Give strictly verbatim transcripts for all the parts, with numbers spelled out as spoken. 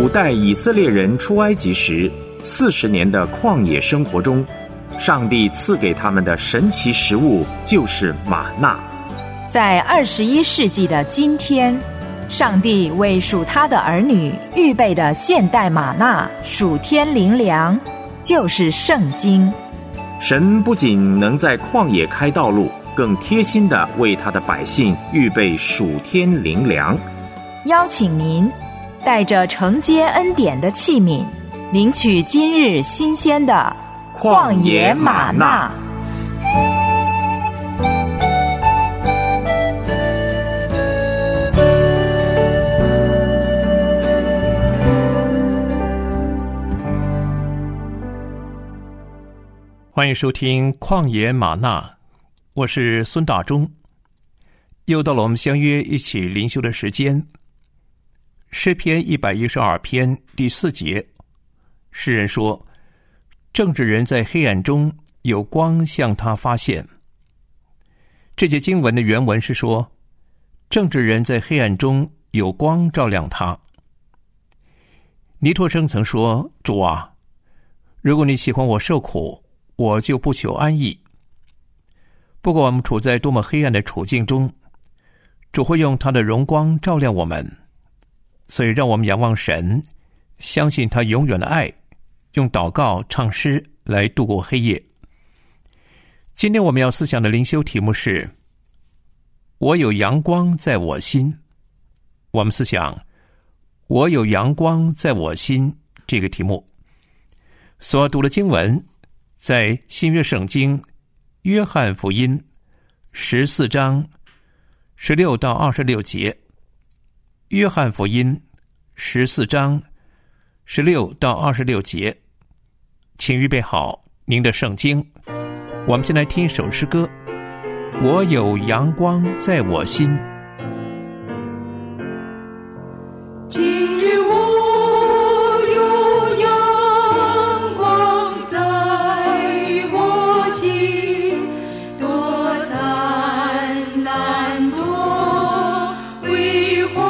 古代以色列人出埃及时四十年的旷野生活中，上帝赐给他们的神奇食物就是玛纳。 在二十一世纪的今天，上帝为属他的儿女预备的现代玛纳属天灵粮，就是圣经。 神不仅能在旷野开道路，更贴心地为他的百姓预备属天灵粮。 邀请您带着承接恩典的器皿，领取今日新鲜的旷野玛纳。 欢迎收听旷野玛纳，我是孙大中。又到了我们相约一起灵修的时间。诗篇一百一十二篇第四节，诗人说，正直人在黑暗中有光向他发现。这节经文的原文是说，正直人在黑暗中有光照亮他。尼托生曾说，主啊，如果你喜欢我受苦，我就不求安逸。不管我们处在多么黑暗的处境中，主会用他的荣光照亮我们。所以让我们仰望神，相信他永远的爱，用祷告唱诗来度过黑夜。今天我们要思想的灵修题目是，我有阳光在我心。我们思想我有阳光在我心这个题目。所读的经文在新约圣经约翰福音十四章十六到二十六节。约翰福音十四章十六到二十六节，请预备好您的圣经。我们先来听一首诗歌，我有阳光在我心。 今日我有阳光在我心，多灿烂多辉煌，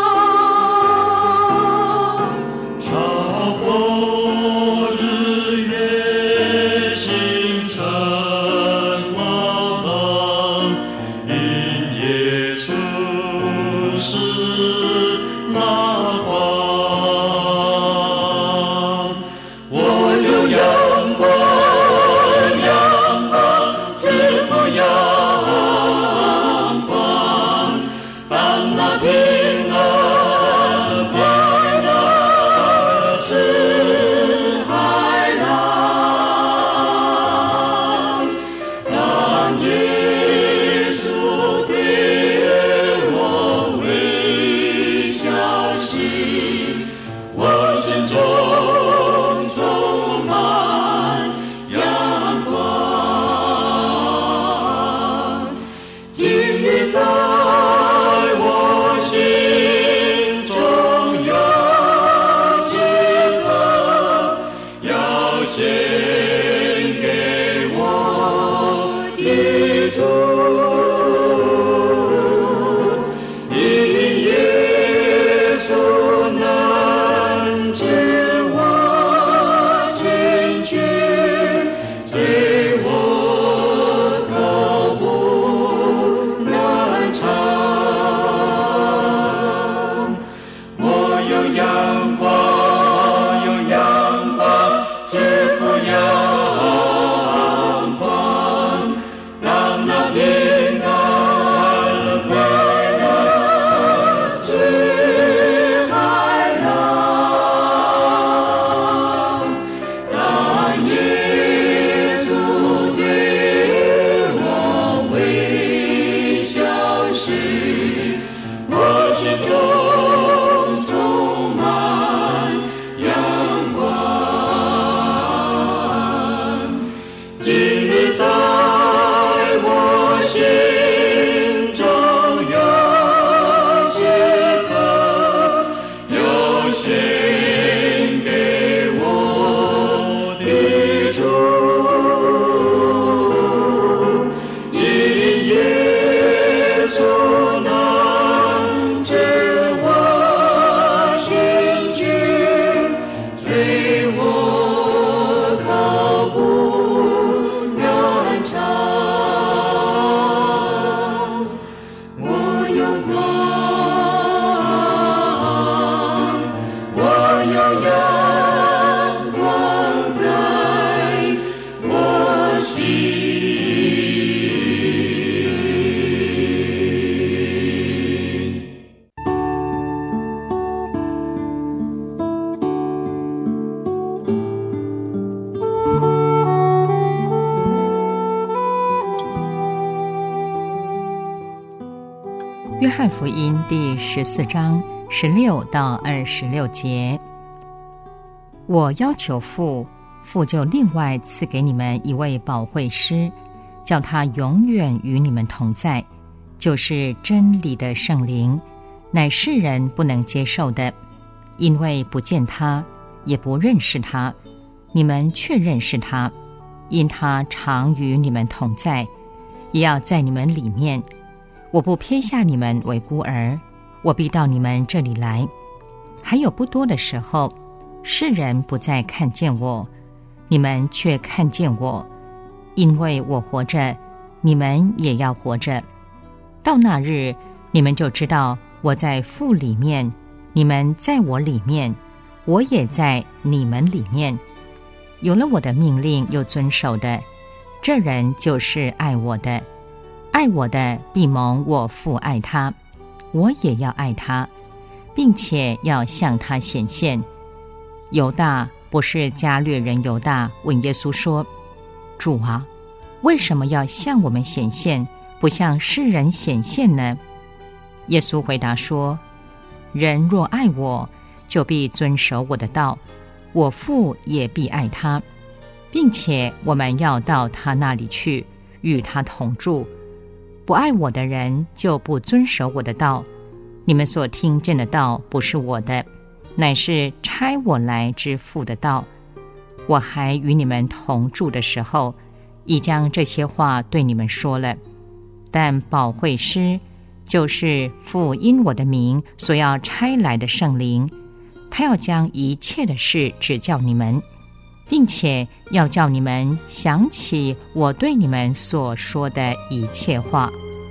超过日月星辰光芒，因耶稣是那光。我有阳光，阳光，赐福阳光，当那平安快乐四海来，当耶稣对我微笑时，我心中充满阳光。今日在我心中有这个要献给我的主，因耶稣能治我心却，罪我都不能偿。我有阳光，有阳光，赐福阳光，让那平安快乐四海来，当耶稣对我微笑时，我心中充满阳光。今日在我心中有这个要献给我的主，因耶稣能治约翰福音第十四章十六到二十六节，我要求父，父就另外赐给你们一位保惠师，叫他永远与你们同在，就是真理的圣灵，乃世人不能接受的，因为不见他，也不认识他，你们却认识他，因他常与你们同在，也要在你们里面。我不撇下你们为孤儿，我必到你们这里来。还有不多的时候，世人不再看见我，你们却看见我，因为我活着，你们也要活着。到那日，你们就知道我在父里面，你们在我里面，我也在你们里面。有了我的命令又遵守的，这人就是爱我的。爱我的必蒙我父爱他，我也要爱他，并且要向他显现。犹大，不是加略人犹大，问耶稣说：主啊，为什么要向我们显现，不向世人显现呢？耶稣回答说：人若爱我，就必遵守我的道，我父也必爱他，并且我们要到他那里去，与他同住。不爱我的人就不遵守我的道，你们所听见的道不是我的，乃是差我来之父的道。我还与你们同住的时候，已将这些话对你们说了。但保惠师，就是父因我的名所要差来的圣灵，他要将一切的事指教你们，并且要叫你们想起我对你们所说的一切话。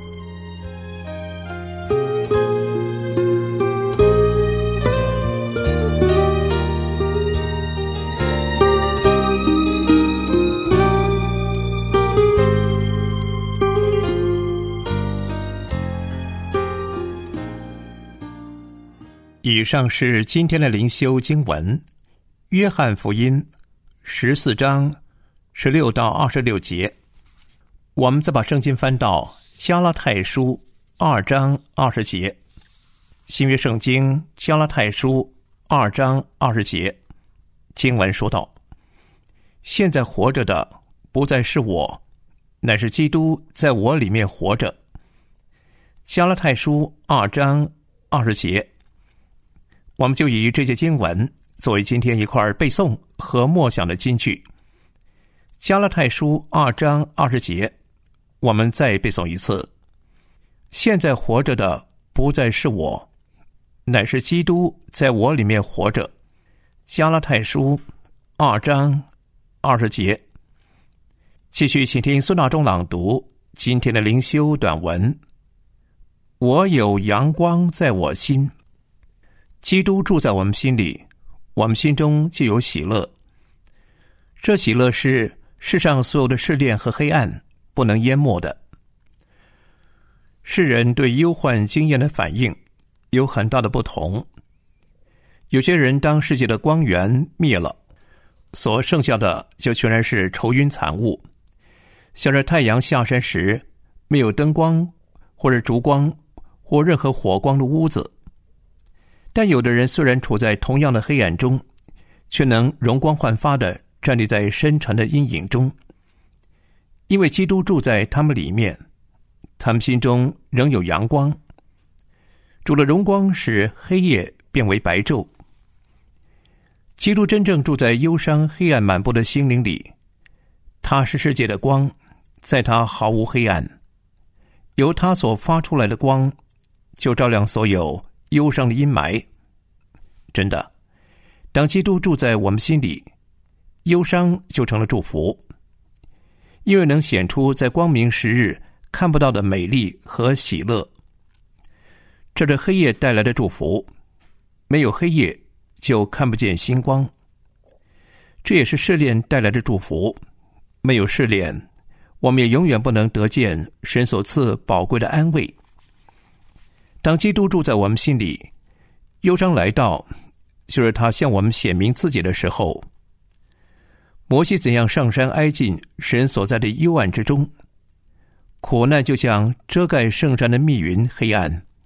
以上是今天的灵修经文，约翰福音十四章十六到二十六节。我们再把圣经翻到加拉太书二章二十节。新约圣经加拉太书二章二十节，经文说道：现在活着的不再是我，乃是基督在我里面活着。加拉太书二章二十节，我们就以这节经文作为今天一块背诵和默想的金句。加拉太书二章二十节，我们再背诵一次：现在活着的不再是我，乃是基督在我里面活着。加拉太书二章二十节。继续请听孙大中朗读今天的灵修短文。我有阳光在我心。基督住在我们心里，我们心中就有喜乐。这喜乐是世上所有的试炼和黑暗不能淹没的。世人对忧患经验的反应有很大的不同。有些人当世界的光源灭了，所剩下的就全然是愁云惨雾，像是太阳下山时没有灯光或者烛光或任何火光的屋子。但有的人虽然处在同样的黑暗中，却能容光焕发地站立在深沉的阴影中，因为基督住在他们里面，他们心中仍有阳光。主的荣光使黑夜变为白昼。基督真正住在忧伤黑暗满布的心灵里，他是世界的光，在他毫无黑暗。由他所发出来的光，就照亮所有忧伤的阴霾。真的，当基督住在我们心里，忧伤就成了祝福，因为能显出在光明时日看不到的美丽和喜乐。这是黑夜带来的祝福，没有黑夜就看不见星光。这也是试炼带来的祝福，没有试炼，我们也永远不能得见神所赐宝贵的安慰。当基督住在我们心里，忧伤来到，就是他向我们显明自己的时候。摩西怎样上山挨近神所在的幽暗之中，苦难就像遮盖圣山的密云黑暗，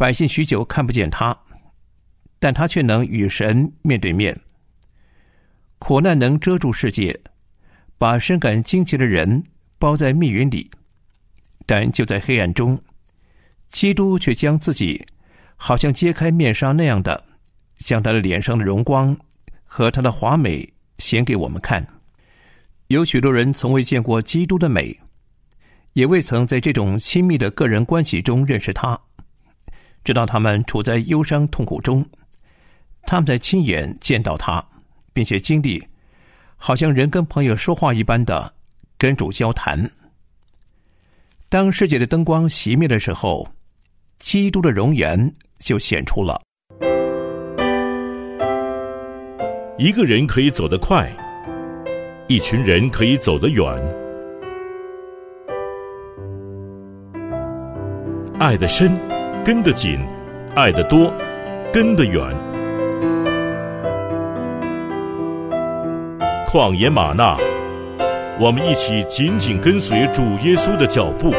百姓许久看不见他，但他却能与神面对面。苦难能遮住世界，把深感惊奇的人包在密云里，但就在黑暗中，基督却将自己好像揭开面纱那样的，将他的脸上的荣光和他的华美显给我们看。有许多人从未见过基督的美，也未曾在这种亲密的个人关系中认识他，直到他们处在忧伤痛苦中，他们才亲眼见到他，并且经历好像人跟朋友说话一般的跟主交谈。当世界的灯光熄灭的时候，基督的容颜就显出了。 一个人可以走得快，一群人可以走得远。爱得深，跟得紧；爱得多，跟得远。旷野吗哪，我们一起紧紧跟随主耶稣的脚步。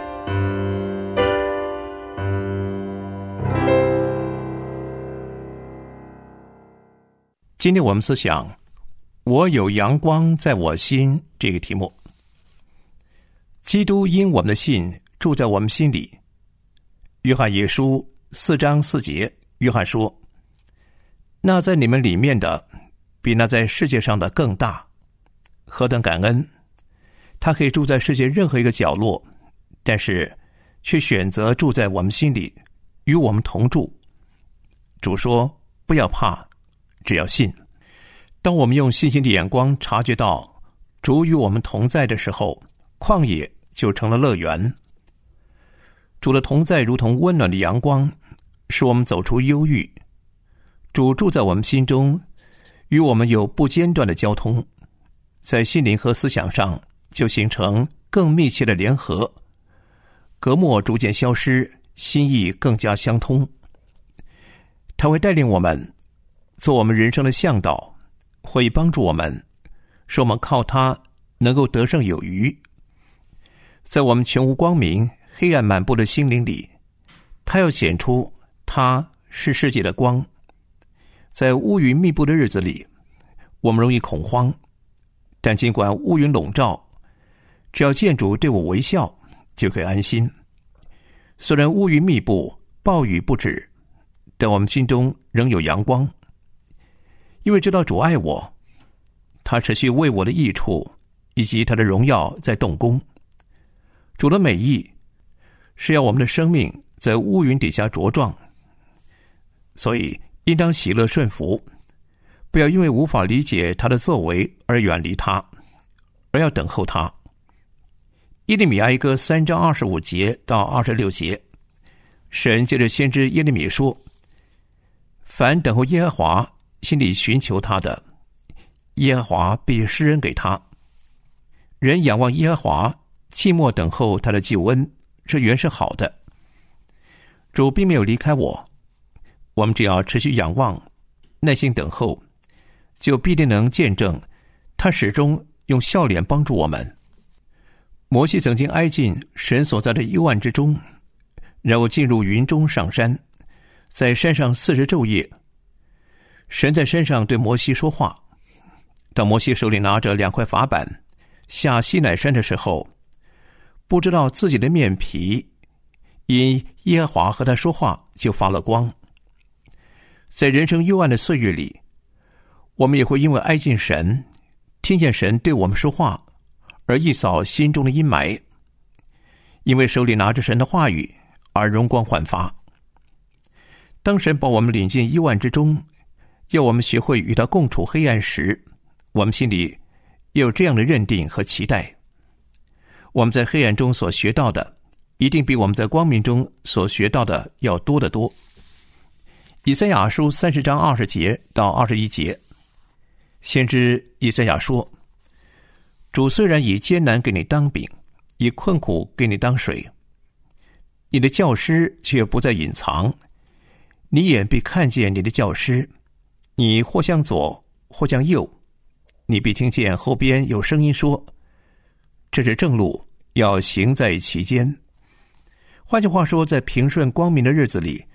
今天我们思想我有阳光在我心这个题目。基督因我们的信住在我们心里。约翰一书四章四节，约翰说，那在你们里面的比那在世界上的更大。何等感恩，他可以住在世界任何一个角落，但是却选择住在我们心里，与我们同住。主说，不要怕，只要信。当我们用信心的眼光察觉到主与我们同在的时候，旷野就成了乐园。主的同在如同温暖的阳光，使我们走出忧郁。主住在我们心中，与我们有不间断的交通，在心灵和思想上就形成更密切的联合，隔膜逐渐消失，心意更加相通。他会带领我们做我们人生的向导，会帮助我们，使我们靠他能够得胜有余。在我们全无光明黑暗满布的心灵里，他要显出他是世界的光。在乌云密布的日子里，我们容易恐慌，但尽管乌云笼罩，只要见主对我微笑，就可以安心。虽然乌云密布，暴雨不止，但我们心中仍有阳光，因为知道主爱我，他持续为我的益处以及他的荣耀在动工。主的美意是要我们的生命在乌云底下茁壮，所以应当喜乐顺服，不要因为无法理解他的作为而远离他，而要等候他。耶利米哀歌三章二十五节到二十六节，神借着先知耶利米说，凡等候耶和华，心里寻求他的，耶和华必施恩给他。人仰望耶和华，寂寞等候他的救恩，这原是好的。主并没有离开我，我们只要持续仰望，耐心等候，就必定能见证他始终用笑脸帮助我们。摩西曾经挨进神所在的幽暗之中，然后进入云中上山，在山上四十昼夜。神在山上对摩西说话，当摩西手里拿着两块法板下西乃山的时候，不知道自己的面皮因耶和华和他说话就发了光。在人生幽暗的岁月里，我们也会因为挨近神，听见神对我们说话，而一扫心中的阴霾，因为手里拿着神的话语而容光焕发。当神把我们领进幽暗之中，要我们学会与他共处黑暗时，我们心里也有这样的认定和期待。我们在黑暗中所学到的，一定比我们在光明中所学到的要多得多。以赛亚书三十章二十节到二十一节，先知以赛亚说，主虽然以艰难给你当饼，以困苦给你当水，你的教师却不再隐藏，你眼必看见你的教师，你或向左或向右，你必听见后边有声音说，这是正路，要行在其间。换句话说，在平顺光明的日子里，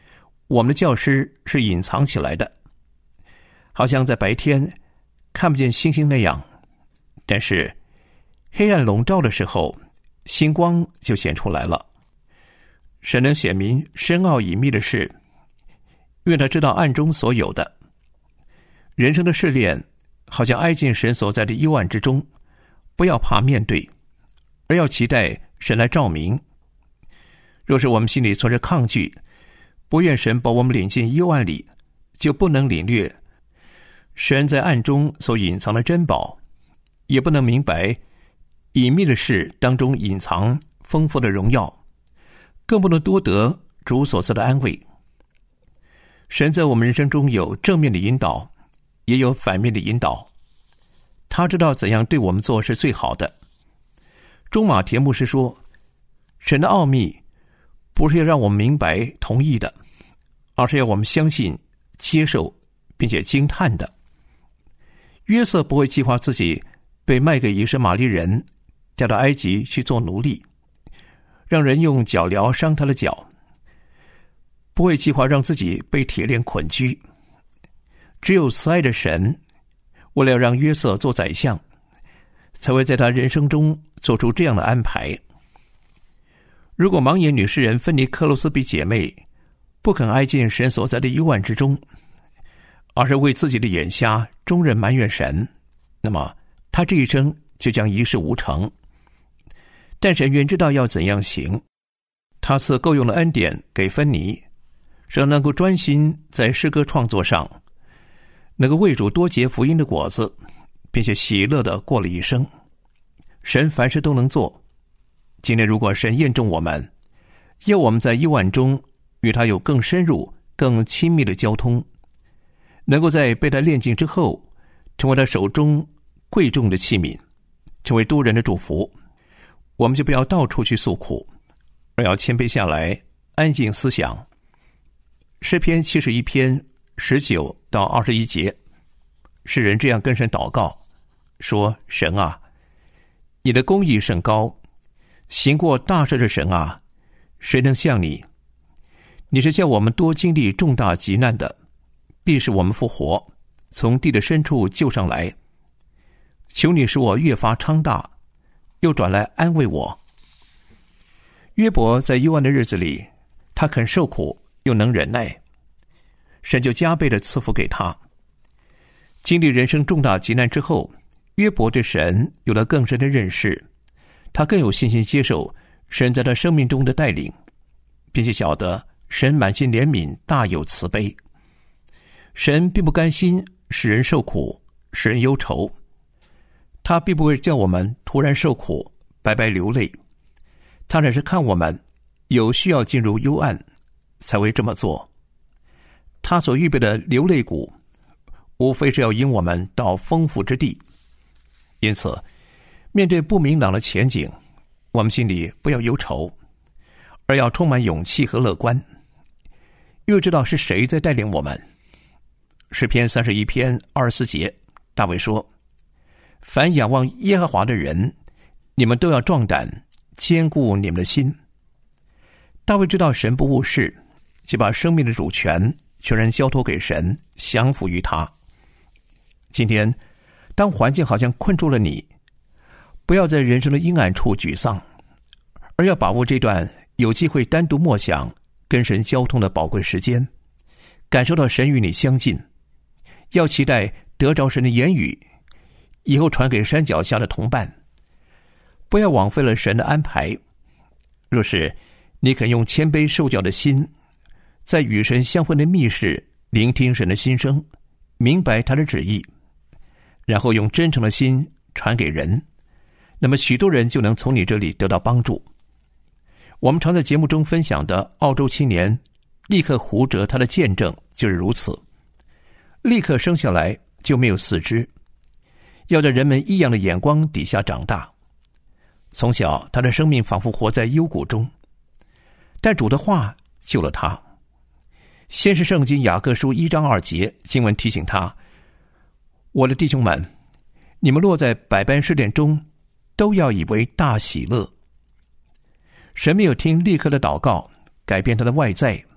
我们的教师是隐藏起来的，好像在白天看不见星星那样，但是黑暗笼罩的时候，星光就显出来了。神能显明深奥隐秘的事，因为他知道暗中所有的。人生的试炼好像挨进神所在的幽暗之中，不要怕面对，而要期待神来照明。若是我们心里存着抗拒，不愿神把我们领进幽暗里，就不能领略神在暗中所隐藏的珍宝，也不能明白隐秘的事当中隐藏丰富的荣耀，更不能多得主所赐的安慰。神在我们人生中有正面的引导，也有反面的引导，他知道怎样对我们做是最好的。中马田牧师说，神的奥秘不是要让我们明白同意的，而是要我们相信接受并且惊叹的。约瑟不会计划自己被卖给以实玛利人，带到埃及去做奴隶，让人用脚镣伤他的脚，不会计划让自己被铁链捆拘。只有慈爱的神，为了让约瑟做宰相，才会在他人生中做出这样的安排。如果盲眼女诗人芬尼克洛斯比姐妹不肯挨进神所在的幽暗之中，而是为自己的眼瞎终日埋怨神，那么她这一生就将一事无成。但神原知道要怎样行，他赐够用的恩典给芬尼，使他能够专心在诗歌创作上，能够为主多结福音的果子，并且喜乐地过了一生。神凡事都能做。今天如果神验证我们，要我们在幽暗中与他有更深入更亲密的交通，能够在被他炼净之后，成为他手中贵重的器皿，成为多人的祝福，我们就不要到处去诉苦，而要谦卑下来，安静思想。诗篇七十一篇十九到二十一节，诗人这样跟神祷告说，神啊，你的公义甚高，行过大事的神啊，谁能像你？你是叫我们多经历重大急难的，必使我们复活，从地的深处救上来。求你使我越发昌大，又转来安慰我。约伯在幽暗的日子里，他肯受苦，又能忍耐，神就加倍的赐福给他。经历人生重大急难之后，约伯对神有了更深的认识，他更有信心接受神在他生命中的带领，并且晓得神满心怜悯，大有慈悲。神并不甘心使人受苦，使人忧愁，他并不会叫我们突然受苦，白白流泪，他只是看我们有需要进入幽暗，才会这么做。他所预备的流泪谷，无非是要引我们到丰富之地。因此，面对不明朗的前景，我们心里不要忧愁，而要充满勇气和乐观，因为知道是谁在带领我们。诗篇三十一篇二十四节，大卫说，凡仰望耶和华的人，你们都要壮胆，坚固你们的心。大卫知道神不误事，就把生命的主权全然交托给神，降服于他。今天当环境好像困住了你，不要在人生的阴暗处沮丧，而要把握这段有机会单独默想跟神交通的宝贵时间，感受到神与你相近，要期待得着神的言语，以后传给山脚下的同伴。不要枉费了神的安排。若是你肯用谦卑受教的心，在与神相会的密室聆听神的心声，明白他的旨意，然后用真诚的心传给人，那么许多人就能从你这里得到帮助。我们常在节目中分享的澳洲青年立刻胡哲，他的见证就是如此。立刻生下来就没有四肢，要在人们异样的眼光底下长大。从小他的生命仿佛活在幽谷中，但主的话救了他。先是圣经雅各书一章二节经文提醒他，我的弟兄们，你们落在百般试炼中，都要以为大喜乐。神没有听立刻的祷告改变他的外在，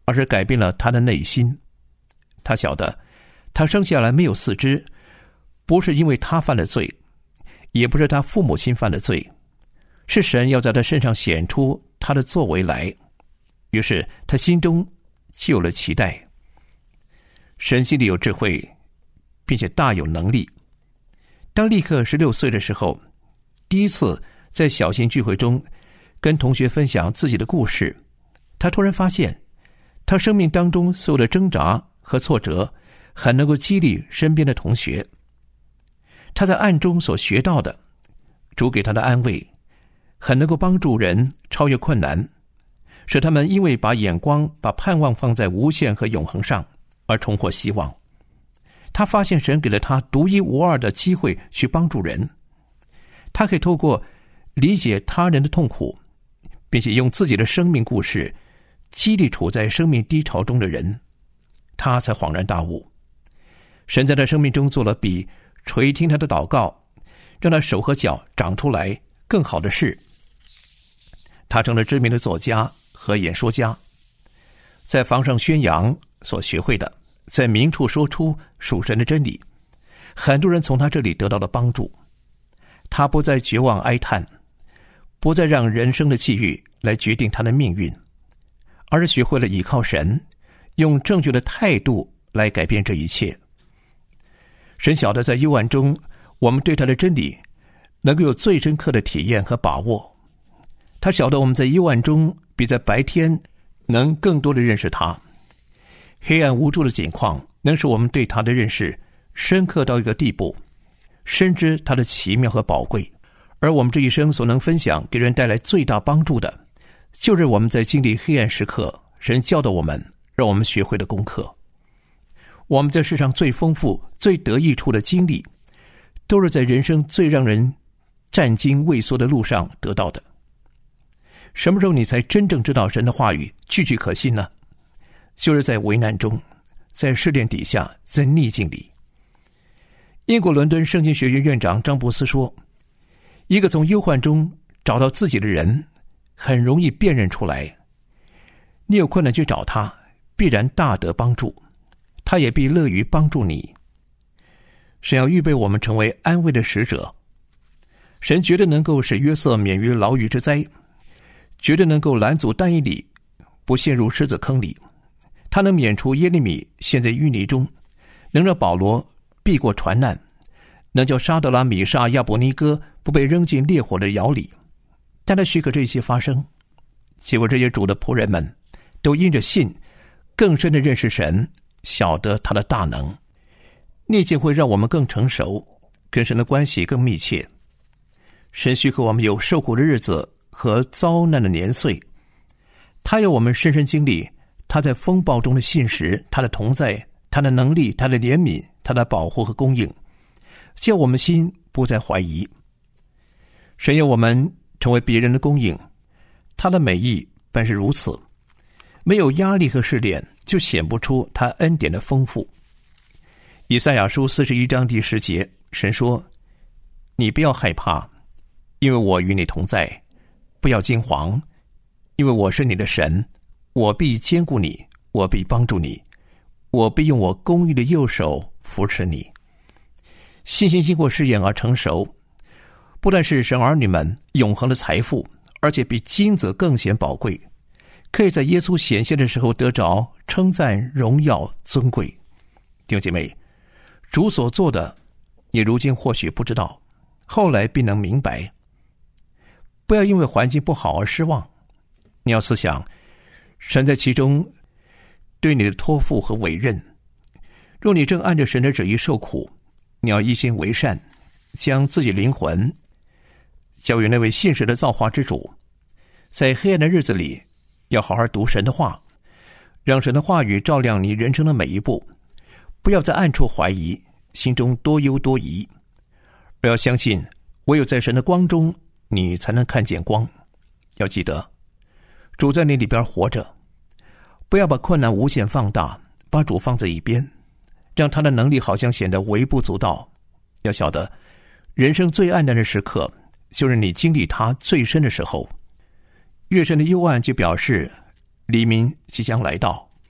而是改变了他的内心。他晓得他生下来没有四肢，不是因为他犯了罪，也不是他父母亲犯了罪，是神要在他身上显出他的作为来。于是他心中就有了期待。神心里有智慧，并且大有能力。当立刻十六岁的时候，第一次在小型聚会中跟同学分享自己的故事，他突然发现他生命当中所有的挣扎和挫折很能够激励身边的同学。他在暗中所学到的，主给他的安慰很能够帮助人超越困难，使他们因为把眼光把盼望放在无限和永恒上而重获希望。他发现神给了他独一无二的机会去帮助人，他可以透过理解他人的痛苦，并且用自己的生命故事激励处在生命低潮中的人。他才恍然大悟，神在他生命中做了比垂听他的祷告让他手和脚长出来更好的事。他成了知名的作家和演说家，在房上宣扬所学会的，在明处说出属神的真理。很多人从他这里得到了帮助。他不再绝望哀叹，不再让人生的际遇来决定他的命运，而是学会了倚靠神，用正确的态度来改变这一切。神晓得在幽暗中，我们对他的真理能够有最深刻的体验和把握。他晓得我们在幽暗中比在白天能更多的认识他。黑暗无助的境况能使我们对他的认识深刻到一个地步，深知他的奇妙和宝贵。而我们这一生所能分享给人带来最大帮助的，就是我们在经历黑暗时刻神教导我们让我们学会的功课。我们在世上最丰富最得益处的经历，都是在人生最让人战惊畏缩的路上得到的。什么时候你才真正知道神的话语句句可信呢？就是在危难中，在试炼底下，在逆境里。英国伦敦圣经学院院长张布斯说，一个从忧患中找到自己的人很容易辨认出来。你有困难去找他，必然大得帮助，他也必乐于帮助你。神要预备我们成为安慰的使者。神绝对能够使约瑟免于牢狱之灾，绝对能够拦阻但以理不陷入狮子坑里。他能免除耶利米陷在淤泥中，能让保罗避过船难，能叫沙德拉米沙亚伯尼哥不被扔进烈火的窑里。但他许可这些发生，结果这些主的仆人们都因着信更深的认识神，晓得他的大能。逆境会让我们更成熟，跟神的关系更密切。神许可我们有受苦的日子和遭难的年岁，他要我们深深经历他在风暴中的信实，他的同在，他的能力，他的怜悯，他的保护和供应，叫我们心不再怀疑。神要我们成为别人的供应，他的美意本是如此。没有压力和试炼，就显不出他恩典的丰富。以赛亚书四十一章第十节，神说：你不要害怕，因为我与你同在；不要惊惶，因为我是你的神，我必坚固你，我必帮助你，我必用我公义的右手扶持你。信心经过试验而成熟，不但是神儿女们永恒的财富，而且比金子更显宝贵，可以在耶稣显现的时候得着称赞、荣耀、尊贵。弟兄姐妹，主所做的，你如今或许不知道，后来必能明白。不要因为环境不好而失望，你要思想神在其中对你的托付和委任。若你正按着神的旨意受苦，你要一心为善，将自己灵魂交予那位信实的造化之主。在黑暗的日子里，要好好读神的话，让神的话语照亮你人生的每一步。不要在暗处怀疑，心中多忧多疑，而要相信唯有在神的光中，你才能看见光。要记得主在你里边活着，不要把困难无限放大，把主放在一边，让他的能力好像显得微不足道。要晓得人生最暗淡的时刻，就是你经历他最深的时候。越深的幽暗就表示黎明即将来到。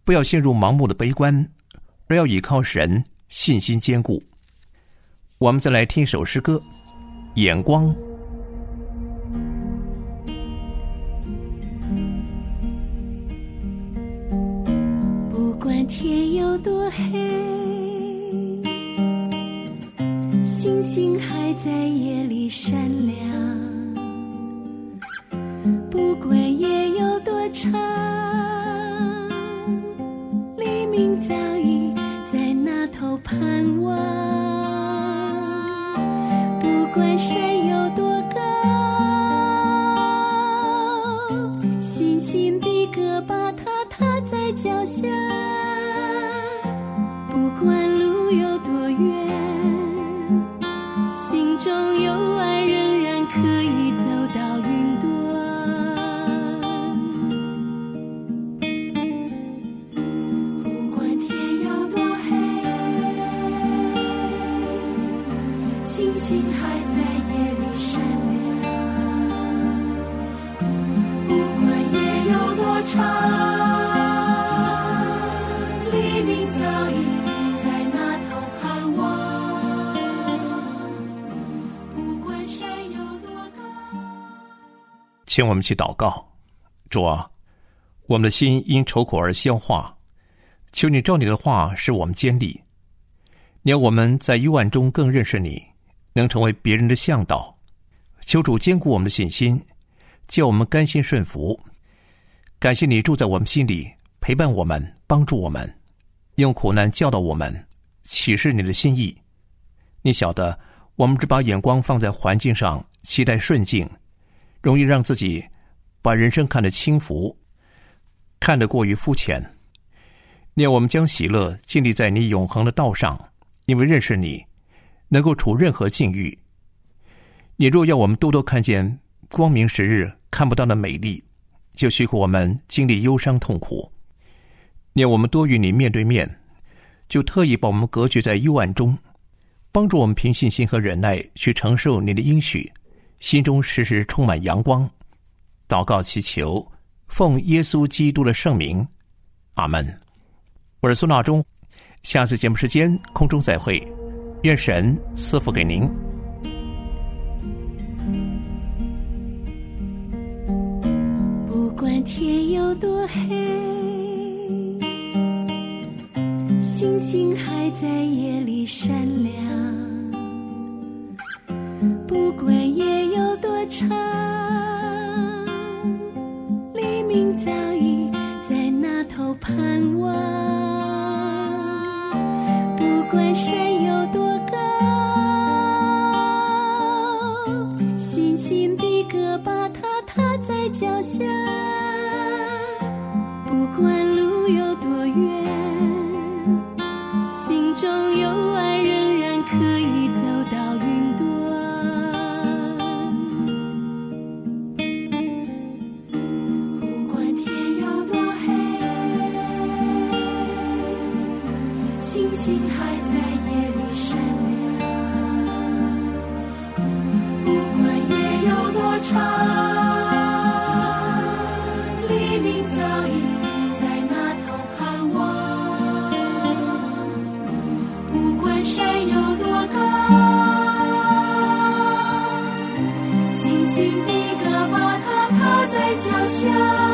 不要陷入盲目的悲观，而要倚靠神，信心坚固。我们再来听一首诗歌《眼光》。 不管天有多黑，星星还在夜里闪亮。不管夜有多长，黎明早已在那头盼望。不管山有多高，星星的歌把它踏在脚下。不管路有多远，心中有爱仍然可以走到云端。不管天有多黑，星星还在夜里闪亮。不管夜有多长，黎明早已在那头盼望。不管山有多高。 请我们去祷告。主啊，我们的心因愁苦而消化，求你照你的话使我们坚立。你要我们在幽暗中更认识你，能成为别人的向导。求主坚固我们的信心，叫我们甘心顺服。感谢你住在我们心里，陪伴我们，帮助我们，用苦难教导我们，启示你的心意。你晓得，我们只把眼光放在环境上，期待顺境，容易让自己把人生看得轻浮，看得过于肤浅。你要我们将喜乐建立在你永恒的道上，因为认识你，能够处任何境遇。你若要我们多多看见光明时日看不到的美丽，就许可我们经历忧伤痛苦。你要我们多与你面对面，就特意把我们隔绝在幽暗中，帮助我们凭信心和忍耐去承受你的应许，心中时时充满阳光。祷告祈求，奉耶稣基督的圣名，阿们。我是苏纳中，下次节目时间空中再会，愿神赐福给您。 不管天有多黑，星星还在夜里闪亮。不管夜有多长，黎明早已在那头盼望。不管山有多高，星星的歌把它踏在脚下。不管路有多远，心中有爱仍然可以走到云端。不管天有多黑，星星还在夜里闪亮。不管夜有多长，黎明早已在那头盼望。不管山有多高，星星的歌把它踏在脚下。